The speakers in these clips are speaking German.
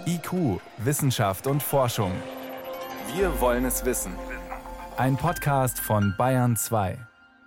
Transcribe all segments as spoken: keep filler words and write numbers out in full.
I Q, Wissenschaft und Forschung. Wir wollen es wissen. Ein Podcast von Bayern zwei.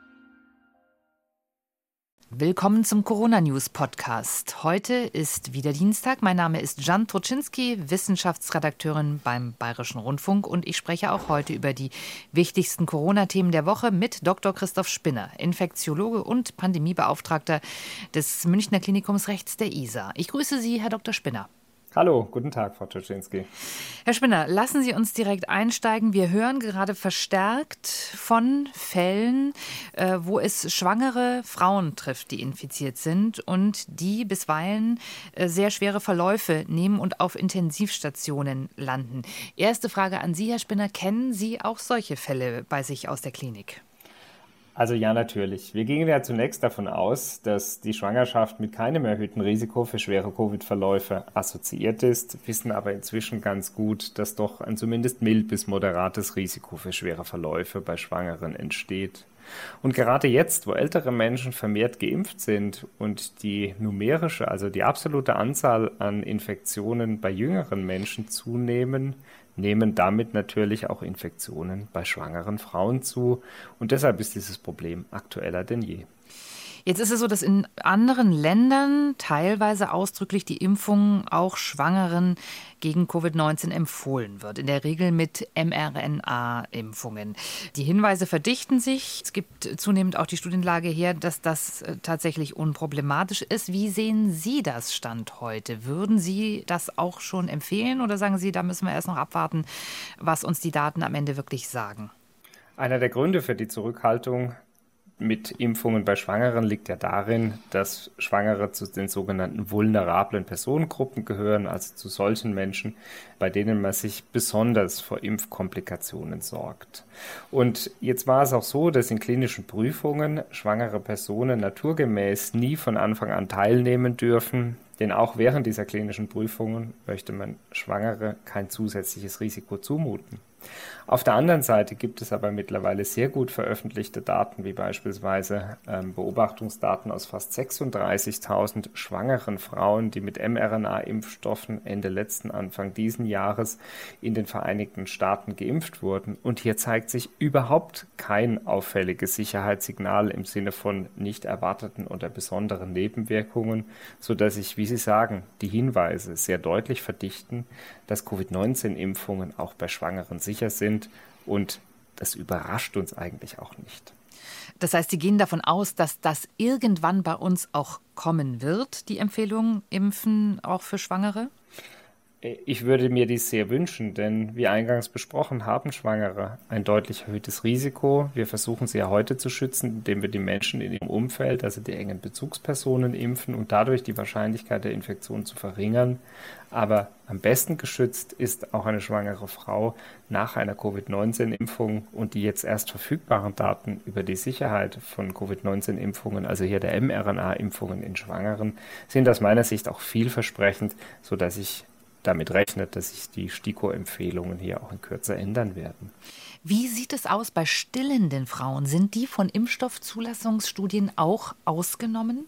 Willkommen zum Corona-News-Podcast. Heute ist wieder Dienstag. Mein Name ist Jan Troczynski, Wissenschaftsredakteurin beim Bayerischen Rundfunk. Und ich spreche auch heute über die wichtigsten Corona-Themen der Woche mit Doktor Christoph Spinner, Infektiologe und Pandemiebeauftragter des Münchner Klinikums rechts der I S A. Ich grüße Sie, Herr Doktor Spinner. Hallo, guten Tag, Frau Troczynski. Herr Spinner, lassen Sie uns direkt einsteigen. Wir hören gerade verstärkt von Fällen, äh, wo es schwangere Frauen trifft, die infiziert sind und die bisweilen äh, sehr schwere Verläufe nehmen und auf Intensivstationen landen. Erste Frage an Sie, Herr Spinner. Kennen Sie auch solche Fälle bei sich aus der Klinik? Also ja, natürlich. Wir gingen ja zunächst davon aus, dass die Schwangerschaft mit keinem erhöhten Risiko für schwere Covid-Verläufe assoziiert ist, wissen aber inzwischen ganz gut, dass doch ein zumindest mild bis moderates Risiko für schwere Verläufe bei Schwangeren entsteht. Und gerade jetzt, wo ältere Menschen vermehrt geimpft sind und die numerische, also die absolute Anzahl an Infektionen bei jüngeren Menschen zunehmen, nehmen damit natürlich auch Infektionen bei schwangeren Frauen zu. Und deshalb ist dieses Problem aktueller denn je. Jetzt ist es so, dass in anderen Ländern teilweise ausdrücklich die Impfung auch Schwangeren gegen Covid neunzehn empfohlen wird, in der Regel mit mRNA-Impfungen. Die Hinweise verdichten sich. Es gibt zunehmend auch die Studienlage her, dass das tatsächlich unproblematisch ist. Wie sehen Sie das Stand heute? Würden Sie das auch schon empfehlen oder sagen Sie, da müssen wir erst noch abwarten, was uns die Daten am Ende wirklich sagen? Einer der Gründe für die Zurückhaltung mit Impfungen bei Schwangeren liegt ja darin, dass Schwangere zu den sogenannten vulnerablen Personengruppen gehören, also zu solchen Menschen, bei denen man sich besonders vor Impfkomplikationen sorgt. Und jetzt war es auch so, dass in klinischen Prüfungen schwangere Personen naturgemäß nie von Anfang an teilnehmen dürfen, denn auch während dieser klinischen Prüfungen möchte man Schwangere kein zusätzliches Risiko zumuten. Auf der anderen Seite gibt es aber mittlerweile sehr gut veröffentlichte Daten, wie beispielsweise ähm, Beobachtungsdaten aus fast sechsunddreißigtausend schwangeren Frauen, die mit mRNA-Impfstoffen Ende letzten, Anfang diesen Jahres in den Vereinigten Staaten geimpft wurden. Und hier zeigt sich überhaupt kein auffälliges Sicherheitssignal im Sinne von nicht erwarteten oder besonderen Nebenwirkungen, sodass sich, wie Sie sagen, die Hinweise sehr deutlich verdichten, dass Covid neunzehn Impfungen auch bei Schwangeren sicher sind. Und das überrascht uns eigentlich auch nicht. Das heißt, Sie gehen davon aus, dass das irgendwann bei uns auch kommen wird, die Empfehlung, Impfen auch für Schwangere? Ich würde mir dies sehr wünschen, denn wie eingangs besprochen, haben Schwangere ein deutlich erhöhtes Risiko. Wir versuchen sie ja heute zu schützen, indem wir die Menschen in ihrem Umfeld, also die engen Bezugspersonen, impfen und dadurch die Wahrscheinlichkeit der Infektion zu verringern. Aber am besten geschützt ist auch eine schwangere Frau nach einer Covid neunzehn Impfung, und die jetzt erst verfügbaren Daten über die Sicherheit von Covid neunzehn Impfungen, also hier der mRNA-Impfungen in Schwangeren, sind aus meiner Sicht auch vielversprechend, sodass ich damit rechnet, dass sich die STIKO-Empfehlungen hier auch in Kürze ändern werden. Wie sieht es aus bei stillenden Frauen? Sind die von Impfstoffzulassungsstudien auch ausgenommen?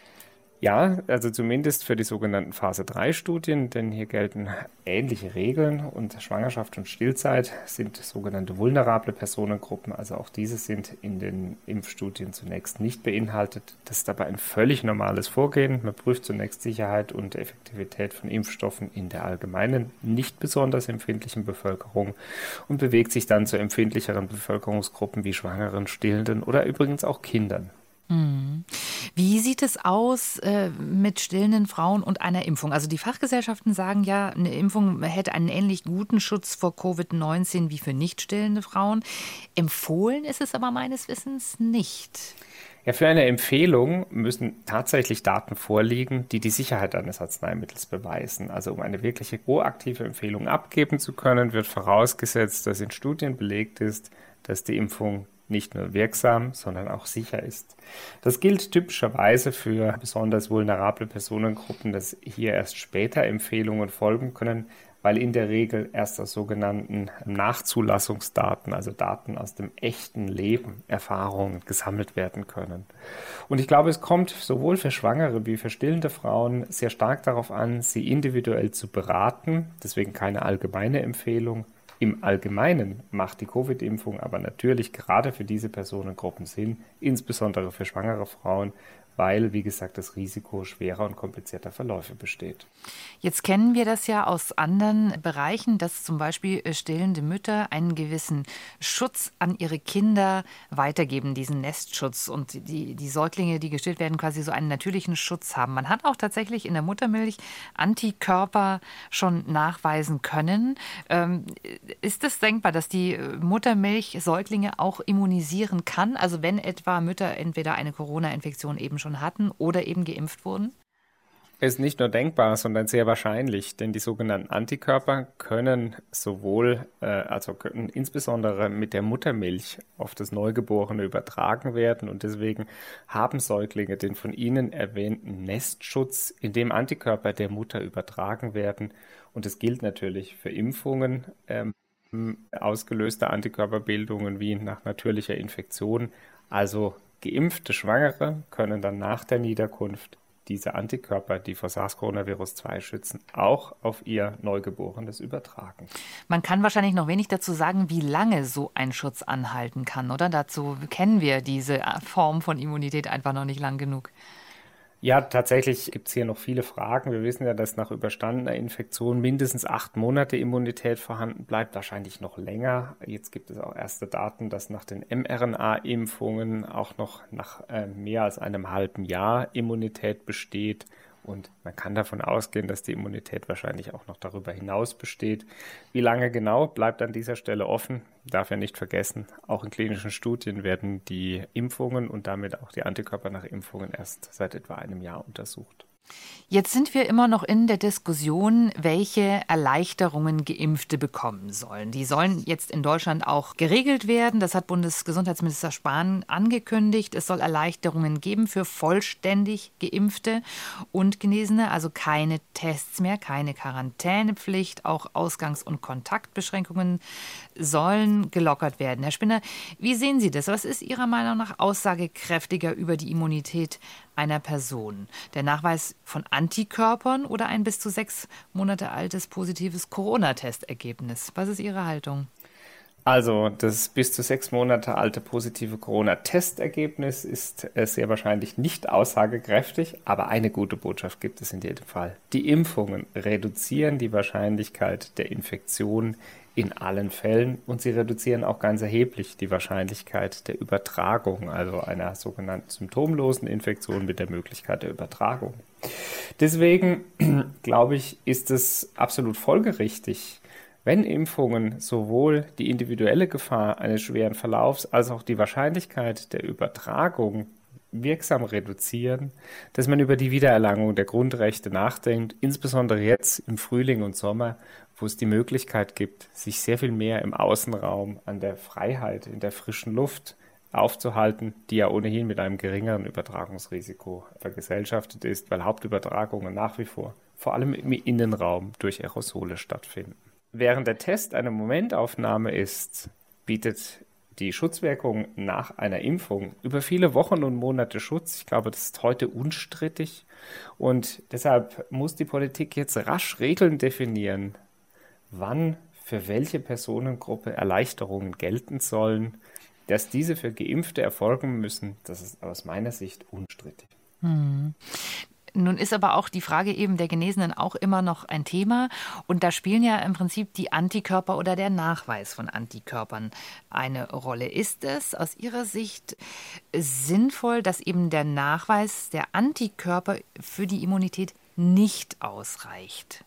Ja, also zumindest für die sogenannten Phase drei Studien, denn hier gelten ähnliche Regeln und Schwangerschaft und Stillzeit sind sogenannte vulnerable Personengruppen, also auch diese sind in den Impfstudien zunächst nicht beinhaltet. Das ist aber ein völlig normales Vorgehen. Man prüft zunächst Sicherheit und Effektivität von Impfstoffen in der allgemeinen, nicht besonders empfindlichen Bevölkerung und bewegt sich dann zu empfindlicheren Bevölkerungsgruppen wie Schwangeren, Stillenden oder übrigens auch Kindern. Wie sieht es aus äh, mit stillenden Frauen und einer Impfung? Also die Fachgesellschaften sagen ja, eine Impfung hätte einen ähnlich guten Schutz vor Covid neunzehn wie für nicht stillende Frauen. Empfohlen ist es aber meines Wissens nicht. Ja, für eine Empfehlung müssen tatsächlich Daten vorliegen, die die Sicherheit eines Arzneimittels beweisen. Also um eine wirkliche proaktive Empfehlung abgeben zu können, wird vorausgesetzt, dass in Studien belegt ist, dass die Impfung nicht nur wirksam, sondern auch sicher ist. Das gilt typischerweise für besonders vulnerable Personengruppen, dass hier erst später Empfehlungen folgen können. weil in der Regel erst aus sogenannten Nachzulassungsdaten, also Daten aus dem echten Leben, Erfahrungen gesammelt werden können. Und ich glaube, es kommt sowohl für Schwangere wie für stillende Frauen sehr stark darauf an, sie individuell zu beraten, deswegen keine allgemeine Empfehlung. Im Allgemeinen macht die Covid-Impfung aber natürlich gerade für diese Personengruppen Sinn, insbesondere für schwangere Frauen, weil, wie gesagt, das Risiko schwerer und komplizierter Verläufe besteht. Jetzt kennen wir das ja aus anderen Bereichen, dass zum Beispiel stillende Mütter einen gewissen Schutz an ihre Kinder weitergeben, diesen Nestschutz. Und die, die Säuglinge, die gestillt werden, quasi so einen natürlichen Schutz haben. Man hat auch tatsächlich in der Muttermilch Antikörper schon nachweisen können. Ähm, ist es denkbar, dass die Muttermilch Säuglinge auch immunisieren kann? Also wenn etwa Mütter entweder eine Corona-Infektion eben schon hatten oder eben geimpft wurden? Ist nicht nur denkbar, sondern sehr wahrscheinlich, denn die sogenannten Antikörper können sowohl, äh, also können insbesondere mit der Muttermilch auf das Neugeborene übertragen werden und deswegen haben Säuglinge den von Ihnen erwähnten Nestschutz, in dem Antikörper der Mutter übertragen werden und es gilt natürlich für Impfungen, ähm, ausgelöste Antikörperbildungen wie nach natürlicher Infektion, also geimpfte Schwangere können dann nach der Niederkunft diese Antikörper, die vor SARS-Coronavirus zwei schützen, auch auf ihr Neugeborenes übertragen. Man kann wahrscheinlich noch wenig dazu sagen, wie lange so ein Schutz anhalten kann, oder? Dazu kennen wir diese Form von Immunität einfach noch nicht lang genug. Ja, tatsächlich gibt es hier noch viele Fragen. Wir wissen ja, dass nach überstandener Infektion mindestens acht Monate Immunität vorhanden bleibt, wahrscheinlich noch länger. Jetzt gibt es auch erste Daten, dass nach den mRNA-Impfungen auch noch nach äh, mehr als einem halben Jahr Immunität besteht. Und man kann davon ausgehen, dass die Immunität wahrscheinlich auch noch darüber hinaus besteht. Wie lange genau, bleibt an dieser Stelle offen. Darf ja nicht vergessen, auch in klinischen Studien werden die Impfungen und damit auch die Antikörper nach Impfungen erst seit etwa einem Jahr untersucht. Jetzt sind wir immer noch in der Diskussion, welche Erleichterungen Geimpfte bekommen sollen. Die sollen jetzt in Deutschland auch geregelt werden. Das hat Bundesgesundheitsminister Spahn angekündigt. Es soll Erleichterungen geben für vollständig Geimpfte und Genesene, also keine Tests mehr, keine Quarantänepflicht. Auch Ausgangs- und Kontaktbeschränkungen sollen gelockert werden. Herr Spinner, wie sehen Sie das? Was ist Ihrer Meinung nach aussagekräftiger über die Immunität einer Person? Der Nachweis von Antikörpern oder ein bis zu sechs Monate altes positives Corona-Testergebnis? Was ist Ihre Haltung? Also das bis zu sechs Monate alte positive Corona-Testergebnis ist äh, sehr wahrscheinlich nicht aussagekräftig, aber eine gute Botschaft gibt es in jedem Fall. Die Impfungen reduzieren die Wahrscheinlichkeit der Infektion in allen Fällen und sie reduzieren auch ganz erheblich die Wahrscheinlichkeit der Übertragung, also einer sogenannten symptomlosen Infektion mit der Möglichkeit der Übertragung. Deswegen, glaube ich, ist es absolut folgerichtig, wenn Impfungen sowohl die individuelle Gefahr eines schweren Verlaufs als auch die Wahrscheinlichkeit der Übertragung wirksam reduzieren, dass man über die Wiedererlangung der Grundrechte nachdenkt, insbesondere jetzt im Frühling und Sommer, wo es die Möglichkeit gibt, sich sehr viel mehr im Außenraum an der Freiheit, in der frischen Luft aufzuhalten, die ja ohnehin mit einem geringeren Übertragungsrisiko vergesellschaftet ist, weil Hauptübertragungen nach wie vor vor allem im Innenraum durch Aerosole stattfinden. Während der Test eine Momentaufnahme ist, bietet die Schutzwirkung nach einer Impfung über viele Wochen und Monate Schutz. Ich glaube, das ist heute unstrittig. Und deshalb muss die Politik jetzt rasch Regeln definieren, wann für welche Personengruppe Erleichterungen gelten sollen. Dass diese für Geimpfte erfolgen müssen, das ist aus meiner Sicht unstrittig. Hm. Nun ist aber auch die Frage eben der Genesenen auch immer noch ein Thema. Und da spielen ja im Prinzip die Antikörper oder der Nachweis von Antikörpern eine Rolle. Ist es aus Ihrer Sicht sinnvoll, dass eben der Nachweis der Antikörper für die Immunität nicht ausreicht?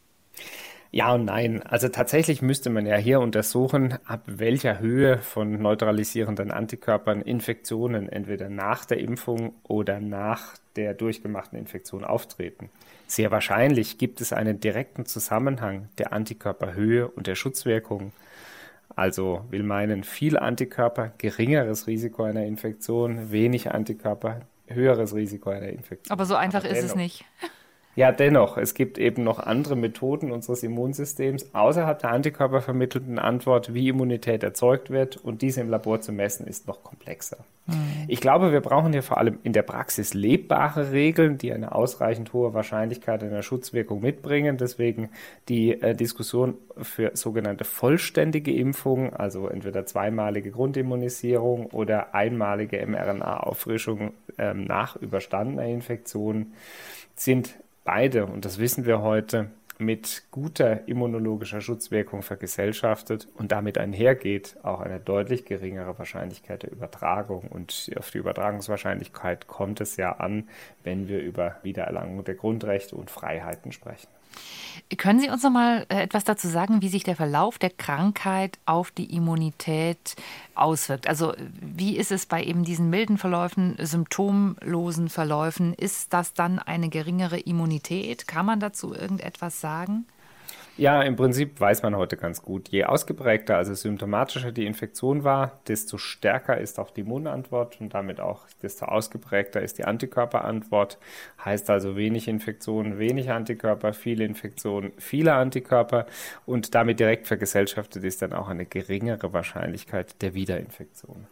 Ja und nein. Also tatsächlich müsste man ja hier untersuchen, ab welcher Höhe von neutralisierenden Antikörpern Infektionen entweder nach der Impfung oder nach der durchgemachten Infektion auftreten. Sehr wahrscheinlich gibt es einen direkten Zusammenhang der Antikörperhöhe und der Schutzwirkung. Also will meinen, viel Antikörper, geringeres Risiko einer Infektion, wenig Antikörper, höheres Risiko einer Infektion. Aber so einfach ist es nicht. Ja, dennoch, es gibt eben noch andere Methoden unseres Immunsystems außerhalb der antikörpervermittelnden Antwort, wie Immunität erzeugt wird, und diese im Labor zu messen, ist noch komplexer. Mhm. Ich glaube, wir brauchen hier vor allem in der Praxis lebbare Regeln, die eine ausreichend hohe Wahrscheinlichkeit einer Schutzwirkung mitbringen. Deswegen die äh, Diskussion für sogenannte vollständige Impfungen, also entweder zweimalige Grundimmunisierung oder einmalige mRNA-Auffrischung ähm, nach überstandener Infektion, sind beide, und das wissen wir heute, mit guter immunologischer Schutzwirkung vergesellschaftet und damit einhergeht auch eine deutlich geringere Wahrscheinlichkeit der Übertragung. Und auf die Übertragungswahrscheinlichkeit kommt es ja an, wenn wir über Wiedererlangung der Grundrechte und Freiheiten sprechen. Können Sie uns noch mal etwas dazu sagen, wie sich der Verlauf der Krankheit auf die Immunität auswirkt? Also wie ist es bei eben diesen milden Verläufen, symptomlosen Verläufen? Ist das dann eine geringere Immunität? Kann man dazu irgendetwas sagen? Ja, im Prinzip weiß man heute ganz gut. Je ausgeprägter, also symptomatischer die Infektion war, desto stärker ist auch die Immunantwort und damit auch desto ausgeprägter ist die Antikörperantwort. Heißt also wenig Infektionen, wenig Antikörper, viele Infektionen, viele Antikörper, und damit direkt vergesellschaftet ist dann auch eine geringere Wahrscheinlichkeit der Wiederinfektion.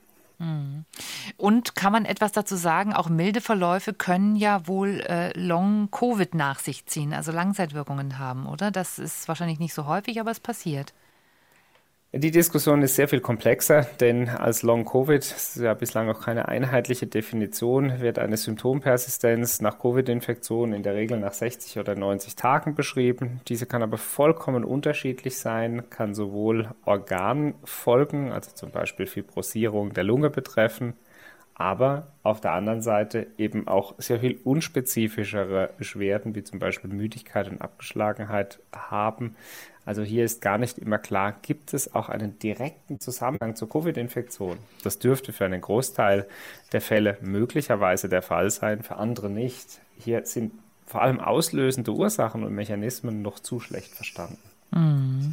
Und kann man etwas dazu sagen, auch milde Verläufe können ja wohl äh, Long-Covid nach sich ziehen, also Langzeitwirkungen haben, oder? Das ist wahrscheinlich nicht so häufig, aber es passiert. Die Diskussion ist sehr viel komplexer, denn als Long-Covid, das ist ja bislang auch keine einheitliche Definition, wird eine Symptompersistenz nach Covid-Infektion in der Regel nach sechzig oder neunzig Tagen beschrieben. Diese kann aber vollkommen unterschiedlich sein, kann sowohl Organfolgen, also zum Beispiel Fibrosierung der Lunge betreffen, aber auf der anderen Seite eben auch sehr viel unspezifischere Beschwerden, wie zum Beispiel Müdigkeit und Abgeschlagenheit haben. Also hier ist gar nicht immer klar, gibt es auch einen direkten Zusammenhang zur Covid-Infektion? Das dürfte für einen Großteil der Fälle möglicherweise der Fall sein, für andere nicht. Hier sind vor allem auslösende Ursachen und Mechanismen noch zu schlecht verstanden. Mhm.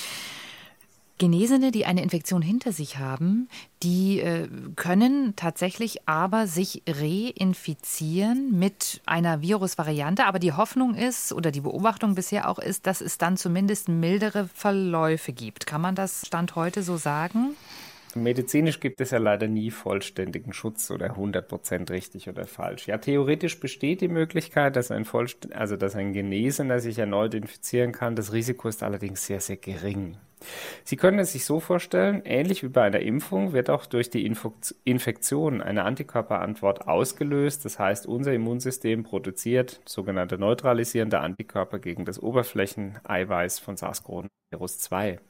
Genesene, die eine Infektion hinter sich haben, die äh, können tatsächlich aber sich reinfizieren mit einer Virusvariante. Aber die Hoffnung ist, oder die Beobachtung bisher auch ist, dass es dann zumindest mildere Verläufe gibt. Kann man das Stand heute so sagen? Medizinisch gibt es ja leider nie vollständigen Schutz oder hundert Prozent richtig oder falsch. Ja, theoretisch besteht die Möglichkeit, dass ein, Vollst- also dass ein Genesener sich erneut infizieren kann. Das Risiko ist allerdings sehr, sehr gering. Sie können es sich so vorstellen, ähnlich wie bei einer Impfung wird auch durch die Info- Infektion eine Antikörperantwort ausgelöst. Das heißt, unser Immunsystem produziert sogenannte neutralisierende Antikörper gegen das Oberflächeneiweiß von SARS-CoV zwei.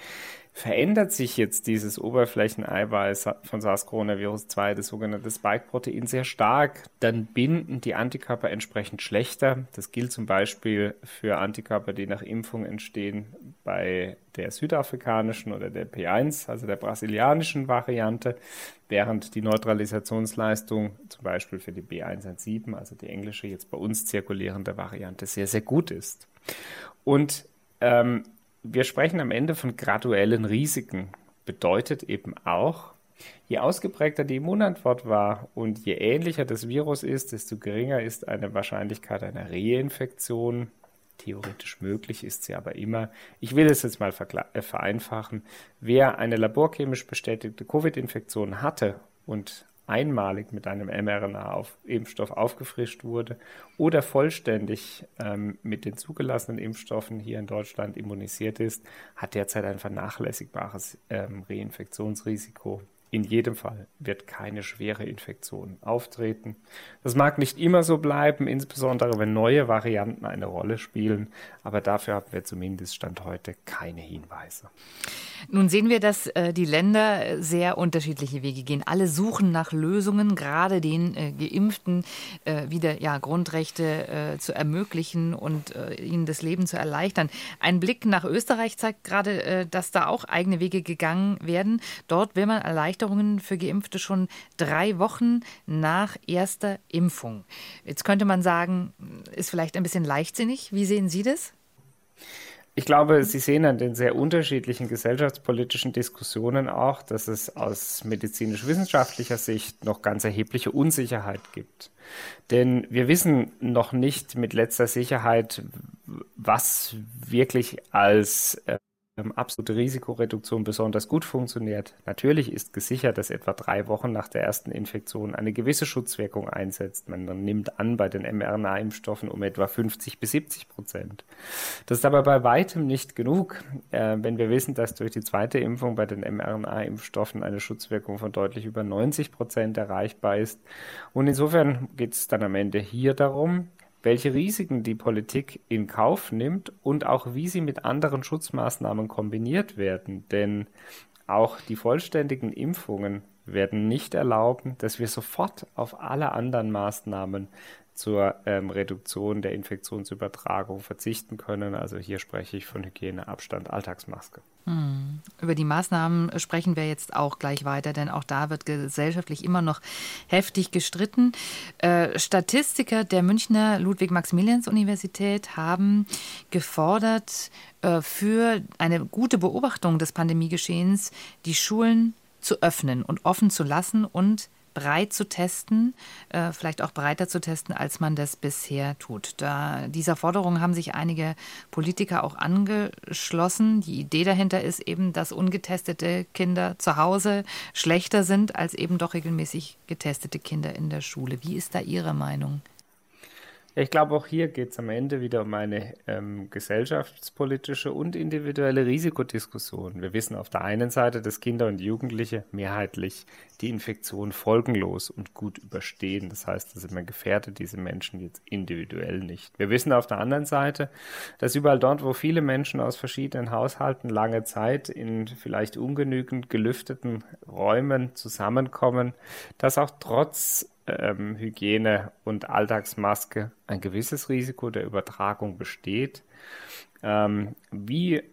Verändert sich jetzt dieses Oberflächeneiweiß von SARS-CoV zwei, das sogenannte Spike-Protein, sehr stark, dann binden die Antikörper entsprechend schlechter. Das gilt zum Beispiel für Antikörper, die nach Impfung entstehen bei der südafrikanischen oder der P eins, also der brasilianischen Variante, während die Neutralisationsleistung zum Beispiel für die B eins eins sieben, also die englische jetzt bei uns zirkulierende Variante, sehr, sehr gut ist. Und ähm, wir sprechen am Ende von graduellen Risiken. Bedeutet eben auch, je ausgeprägter die Immunantwort war und je ähnlicher das Virus ist, desto geringer ist eine Wahrscheinlichkeit einer Reinfektion. Theoretisch möglich ist sie aber immer. Ich will es jetzt mal vereinfachen. Wer eine laborchemisch bestätigte Covid-Infektion hatte und einmalig mit einem mRNA-Impfstoff aufgefrischt wurde oder vollständig ähm, mit den zugelassenen Impfstoffen hier in Deutschland immunisiert ist, hat derzeit ein vernachlässigbares ähm, Reinfektionsrisiko. In jedem Fall wird keine schwere Infektion auftreten. Das mag nicht immer so bleiben, insbesondere wenn neue Varianten eine Rolle spielen, aber dafür haben wir zumindest Stand heute keine Hinweise. Nun sehen wir, dass äh, die Länder sehr unterschiedliche Wege gehen. Alle suchen nach Lösungen, gerade den äh, Geimpften äh, wieder ja, Grundrechte äh, zu ermöglichen und äh, ihnen das Leben zu erleichtern. Ein Blick nach Österreich zeigt gerade, äh, dass da auch eigene Wege gegangen werden. Dort will man Erleichterungen für Geimpfte schon drei Wochen nach erster Impfung. Jetzt könnte man sagen, ist vielleicht ein bisschen leichtsinnig. Wie sehen Sie das? Ich glaube, Sie sehen an den sehr unterschiedlichen gesellschaftspolitischen Diskussionen auch, dass es aus medizinisch-wissenschaftlicher Sicht noch ganz erhebliche Unsicherheit gibt. Denn wir wissen noch nicht mit letzter Sicherheit, was wirklich als äh, absolute Risikoreduktion besonders gut funktioniert. Natürlich ist gesichert, dass etwa drei Wochen nach der ersten Infektion eine gewisse Schutzwirkung einsetzt. Man nimmt an bei den mRNA-Impfstoffen um etwa fünfzig bis siebzig Prozent. Das ist aber bei weitem nicht genug, äh, wenn wir wissen, dass durch die zweite Impfung bei den mRNA-Impfstoffen eine Schutzwirkung von deutlich über neunzig Prozent erreichbar ist. Und insofern geht es dann am Ende hier darum, welche Risiken die Politik in Kauf nimmt und auch wie sie mit anderen Schutzmaßnahmen kombiniert werden. Denn auch die vollständigen Impfungen werden nicht erlauben, dass wir sofort auf alle anderen Maßnahmen zur ähm, Reduktion der Infektionsübertragung verzichten können. Also hier spreche ich von Hygiene, Abstand, Alltagsmaske. Hm. Über die Maßnahmen sprechen wir jetzt auch gleich weiter, denn auch da wird gesellschaftlich immer noch heftig gestritten. Äh, Statistiker der Münchner Ludwig-Maximilians-Universität haben gefordert, äh, für eine gute Beobachtung des Pandemiegeschehens die Schulen zu öffnen und offen zu lassen und breit zu testen, äh, vielleicht auch breiter zu testen, als man das bisher tut. Da, dieser Forderung haben sich einige Politiker auch angeschlossen. Die Idee dahinter ist eben, dass ungetestete Kinder zu Hause schlechter sind als eben doch regelmäßig getestete Kinder in der Schule. Wie ist da Ihre Meinung? Ich glaube, auch hier geht es am Ende wieder um eine ähm, gesellschaftspolitische und individuelle Risikodiskussion. Wir wissen auf der einen Seite, dass Kinder und Jugendliche mehrheitlich die Infektion folgenlos und gut überstehen. Das heißt, dass man gefährdet diese Menschen jetzt individuell nicht. Wir wissen auf der anderen Seite, dass überall dort, wo viele Menschen aus verschiedenen Haushalten lange Zeit in vielleicht ungenügend gelüfteten Räumen zusammenkommen, dass auch trotz Ähm, Hygiene und Alltagsmaske ein gewisses Risiko der Übertragung besteht. Ähm, wie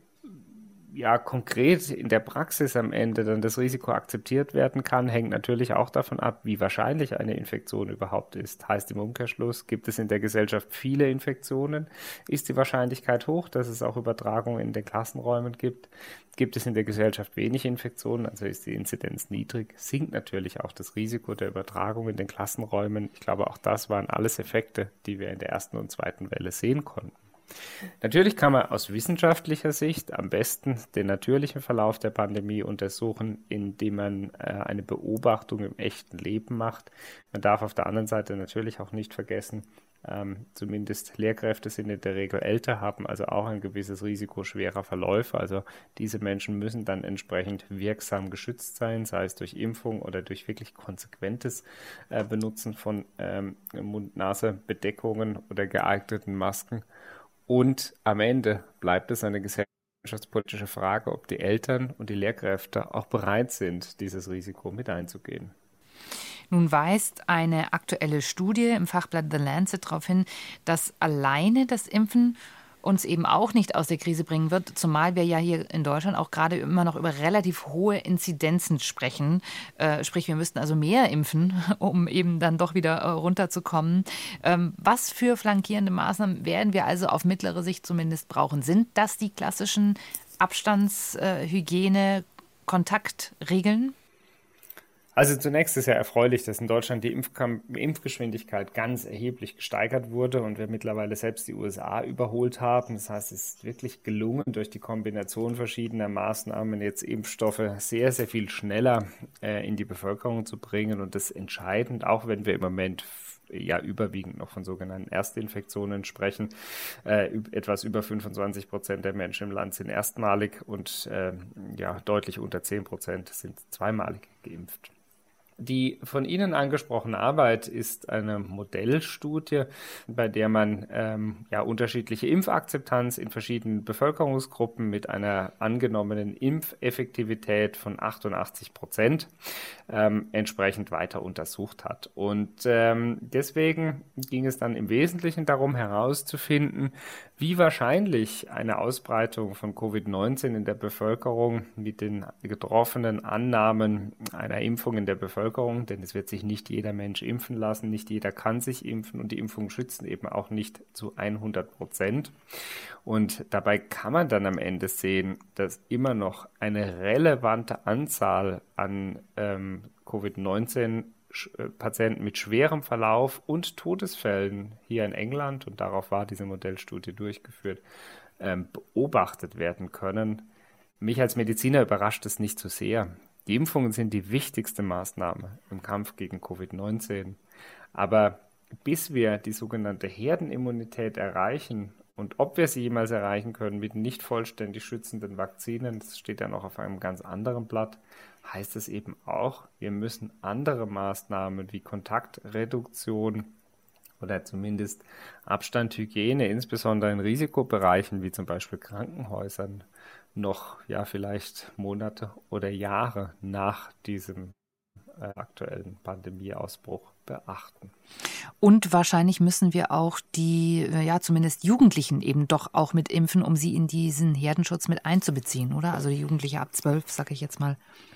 ja konkret in der Praxis am Ende dann das Risiko akzeptiert werden kann, hängt natürlich auch davon ab, wie wahrscheinlich eine Infektion überhaupt ist. Heißt im Umkehrschluss, gibt es in der Gesellschaft viele Infektionen, ist die Wahrscheinlichkeit hoch, dass es auch Übertragungen in den Klassenräumen gibt. Gibt es in der Gesellschaft wenig Infektionen, also ist die Inzidenz niedrig, sinkt natürlich auch das Risiko der Übertragung in den Klassenräumen. Ich glaube, auch das waren alles Effekte, die wir in der ersten und zweiten Welle sehen konnten. Natürlich kann man aus wissenschaftlicher Sicht am besten den natürlichen Verlauf der Pandemie untersuchen, indem man äh, eine Beobachtung im echten Leben macht. Man darf auf der anderen Seite natürlich auch nicht vergessen, ähm, zumindest Lehrkräfte sind in der Regel älter, haben also auch ein gewisses Risiko schwerer Verläufe. Also diese Menschen müssen dann entsprechend wirksam geschützt sein, sei es durch Impfung oder durch wirklich konsequentes äh, Benutzen von ähm, Mund-Nase-Bedeckungen oder geeigneten Masken. Und am Ende bleibt es eine gesellschaftspolitische Frage, ob die Eltern und die Lehrkräfte auch bereit sind, dieses Risiko mit einzugehen. Nun weist eine aktuelle Studie im Fachblatt The Lancet darauf hin, dass alleine das Impfen uns eben auch nicht aus der Krise bringen wird, zumal wir ja hier in Deutschland auch gerade immer noch über relativ hohe Inzidenzen sprechen. Äh, sprich, wir müssten also mehr impfen, um eben dann doch wieder äh, runterzukommen. Ähm, was für flankierende Maßnahmen werden wir also auf mittlere Sicht zumindest brauchen? Sind das die klassischen Abstands-, äh, Hygiene-, Kontaktregeln? Also zunächst ist ja erfreulich, dass in Deutschland die Impfkam- Impfgeschwindigkeit ganz erheblich gesteigert wurde und wir mittlerweile selbst die U S A überholt haben. Das heißt, es ist wirklich gelungen, durch die Kombination verschiedener Maßnahmen jetzt Impfstoffe sehr, sehr viel schneller äh, in die Bevölkerung zu bringen. Und das ist entscheidend, auch wenn wir im Moment ja überwiegend noch von sogenannten Erstinfektionen sprechen. Äh, etwas über fünfundzwanzig Prozent der Menschen im Land sind erstmalig und äh, ja, deutlich unter zehn Prozent sind zweimalig geimpft. Die von Ihnen angesprochene Arbeit ist eine Modellstudie, bei der man ähm, ja, unterschiedliche Impfakzeptanz in verschiedenen Bevölkerungsgruppen mit einer angenommenen Impfeffektivität von achtundachtzig Prozent ähm, entsprechend weiter untersucht hat. Und ähm, deswegen ging es dann im Wesentlichen darum herauszufinden, Wie wahrscheinlich eine Ausbreitung von Covid neunzehn in der Bevölkerung mit den getroffenen Annahmen einer Impfung in der Bevölkerung, denn es wird sich nicht jeder Mensch impfen lassen, nicht jeder kann sich impfen und die Impfungen schützen eben auch nicht zu hundert Prozent. Und dabei kann man dann am Ende sehen, dass immer noch eine relevante Anzahl an ähm, Covid neunzehn Patienten mit schwerem Verlauf und Todesfällen hier in England, und darauf war diese Modellstudie durchgeführt, ähm, beobachtet werden können. Mich als Mediziner überrascht es nicht so sehr. Die Impfungen sind die wichtigste Maßnahme im Kampf gegen Covid neunzehn. Aber bis wir die sogenannte Herdenimmunität erreichen, und ob wir sie jemals erreichen können mit nicht vollständig schützenden Vakzinen, das steht ja noch auf einem ganz anderen Blatt, heißt es eben auch, wir müssen andere Maßnahmen wie Kontaktreduktion oder zumindest Abstand, Hygiene, insbesondere in Risikobereichen wie zum Beispiel Krankenhäusern, noch ja vielleicht Monate oder Jahre nach diesem äh, aktuellen Pandemieausbruch beachten. Und wahrscheinlich müssen wir auch die, ja zumindest Jugendlichen eben doch auch mit impfen, um sie in diesen Herdenschutz mit einzubeziehen, oder? Also die Jugendliche ab zwölf, sage ich jetzt mal.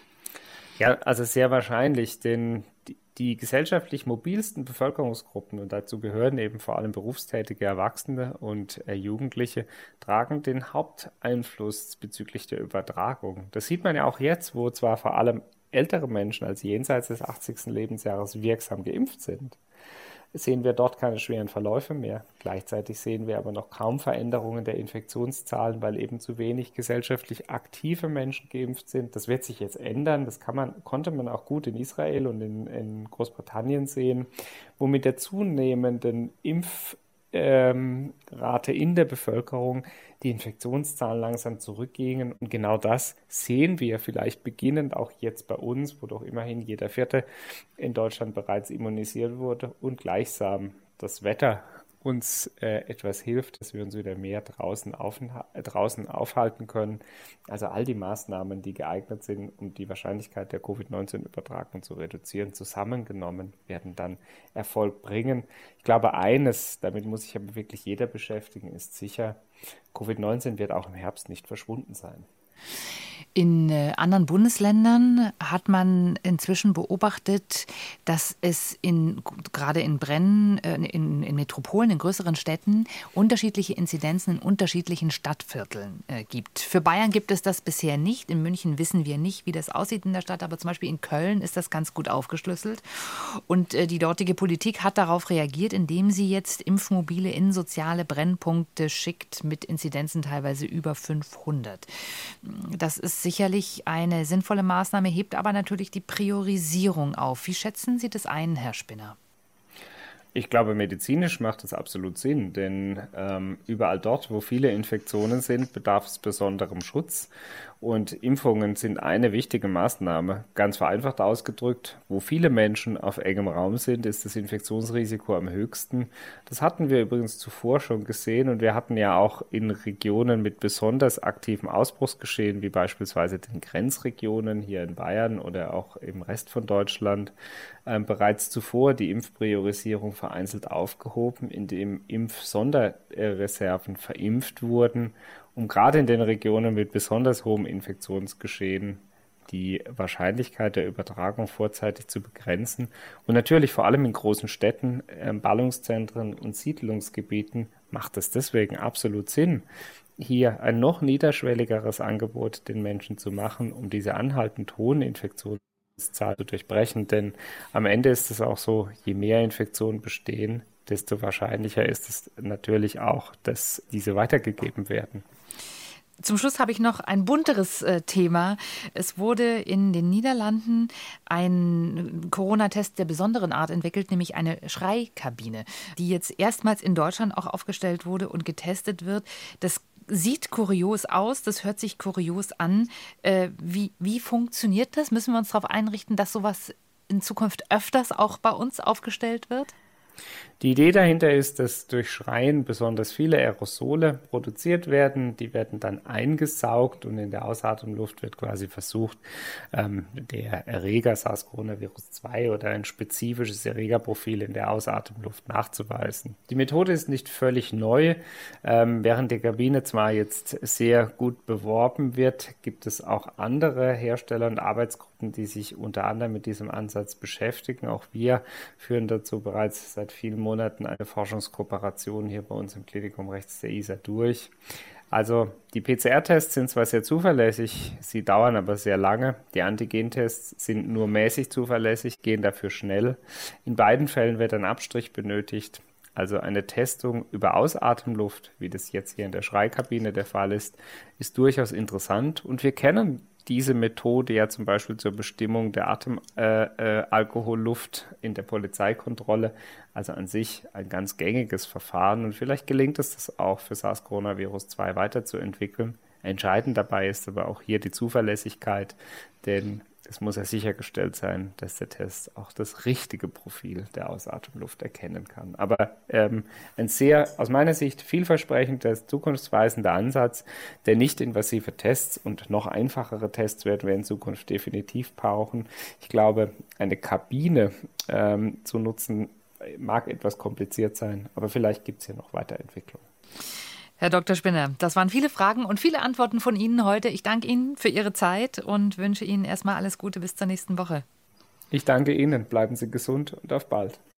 Ja, also sehr wahrscheinlich, denn die, die gesellschaftlich mobilsten Bevölkerungsgruppen, und dazu gehören eben vor allem berufstätige Erwachsene und äh, Jugendliche, tragen den Haupteinfluss bezüglich der Übertragung. Das sieht man ja auch jetzt, wo zwar vor allem ältere Menschen als jenseits des achtzigsten Lebensjahres wirksam geimpft sind, sehen wir dort keine schweren Verläufe mehr. Gleichzeitig sehen wir aber noch kaum Veränderungen der Infektionszahlen, weil eben zu wenig gesellschaftlich aktive Menschen geimpft sind. Das wird sich jetzt ändern. Das kann man, konnte man auch gut in Israel und in, in Großbritannien sehen, wo mit der zunehmenden Impf Ähm, Rate in der Bevölkerung die Infektionszahlen langsam zurückgingen. Und genau das sehen wir vielleicht beginnend auch jetzt bei uns, wo doch immerhin jeder Vierte in Deutschland bereits immunisiert wurde und gleichsam das Wetter uns äh, etwas hilft, dass wir uns wieder mehr draußen, aufha- äh, draußen aufhalten können. Also all die Maßnahmen, die geeignet sind, um die Wahrscheinlichkeit der Covid neunzehn Übertragung zu reduzieren, zusammengenommen, werden dann Erfolg bringen. Ich glaube, eines, damit muss sich aber wirklich jeder beschäftigen, ist sicher, Covid neunzehn wird auch im Herbst nicht verschwunden sein. In äh, anderen Bundesländern hat man inzwischen beobachtet, dass es in, gerade in Brennen, äh, in, in Metropolen, in größeren Städten, unterschiedliche Inzidenzen in unterschiedlichen Stadtvierteln äh, gibt. Für Bayern gibt es das bisher nicht. In München wissen wir nicht, wie das aussieht in der Stadt, aber zum Beispiel in Köln ist das ganz gut aufgeschlüsselt. Und äh, die dortige Politik hat darauf reagiert, indem sie jetzt Impfmobile in soziale Brennpunkte schickt, mit Inzidenzen teilweise über fünfhundert. Das ist sicherlich eine sinnvolle Maßnahme, hebt aber natürlich die Priorisierung auf. Wie schätzen Sie das ein, Herr Spinner? Ich glaube, medizinisch macht das absolut Sinn, denn ähm, überall dort, wo viele Infektionen sind, bedarf es besonderem Schutz. Und Impfungen sind eine wichtige Maßnahme. Ganz vereinfacht ausgedrückt, wo viele Menschen auf engem Raum sind, ist das Infektionsrisiko am höchsten. Das hatten wir übrigens zuvor schon gesehen und wir hatten ja auch in Regionen mit besonders aktivem Ausbruchsgeschehen, wie beispielsweise den Grenzregionen hier in Bayern oder auch im Rest von Deutschland, äh, bereits zuvor die Impfpriorisierung vereinzelt aufgehoben, indem Impfsonderreserven verimpft wurden, um gerade in den Regionen mit besonders hohem Infektionsgeschehen die Wahrscheinlichkeit der Übertragung vorzeitig zu begrenzen. Und natürlich vor allem in großen Städten, äh, Ballungszentren und Siedlungsgebieten macht es deswegen absolut Sinn, hier ein noch niederschwelligeres Angebot den Menschen zu machen, um diese anhaltend hohen Infektionszahl zu durchbrechen. Denn am Ende ist es auch so, je mehr Infektionen bestehen, desto wahrscheinlicher ist es natürlich auch, dass diese weitergegeben werden. Zum Schluss habe ich noch ein bunteres äh, Thema. Es wurde in den Niederlanden ein Corona-Test der besonderen Art entwickelt, nämlich eine Schreikabine, die jetzt erstmals in Deutschland auch aufgestellt wurde und getestet wird. Das sieht kurios aus, das hört sich kurios an. Äh, wie, wie funktioniert das? Müssen wir uns darauf einrichten, dass sowas in Zukunft öfters auch bei uns aufgestellt wird? Die Idee dahinter ist, dass durch Schreien besonders viele Aerosole produziert werden. Die werden dann eingesaugt und in der Ausatemluft wird quasi versucht, ähm, der Erreger SARS-Coronavirus zwei oder ein spezifisches Erregerprofil in der Ausatemluft nachzuweisen. Die Methode ist nicht völlig neu. Ähm, während der Kabine zwar jetzt sehr gut beworben wird, gibt es auch andere Hersteller und Arbeitsgruppen, die sich unter anderem mit diesem Ansatz beschäftigen. Auch wir führen dazu bereits seit vielen Monaten eine Forschungskooperation hier bei uns im Klinikum rechts der I S A durch. Also die P C R-Tests sind zwar sehr zuverlässig, sie dauern aber sehr lange. Die Antigentests sind nur mäßig zuverlässig, gehen dafür schnell. In beiden Fällen wird ein Abstrich benötigt. Also eine Testung über Ausatemluft, wie das jetzt hier in der Schreikabine der Fall ist, ist durchaus interessant. Und wir kennen diese Methode ja zum Beispiel zur Bestimmung der Atemalkoholluft äh, äh, in der Polizeikontrolle. Also an sich ein ganz gängiges Verfahren. Und vielleicht gelingt es das auch für SARS-Coronavirus zwei weiterzuentwickeln. Entscheidend dabei ist aber auch hier die Zuverlässigkeit, denn es muss ja sichergestellt sein, dass der Test auch das richtige Profil der Ausatemluft erkennen kann. Aber ähm, ein sehr, aus meiner Sicht, vielversprechender, zukunftsweisender Ansatz. Der nicht-invasive Tests und noch einfachere Tests werden wir in Zukunft definitiv brauchen. Ich glaube, eine Kabine ähm, zu nutzen, mag etwas kompliziert sein, aber vielleicht gibt es hier noch Weiterentwicklungen. Herr Doktor Spinner, das waren viele Fragen und viele Antworten von Ihnen heute. Ich danke Ihnen für Ihre Zeit und wünsche Ihnen erstmal alles Gute bis zur nächsten Woche. Ich danke Ihnen. Bleiben Sie gesund und auf bald.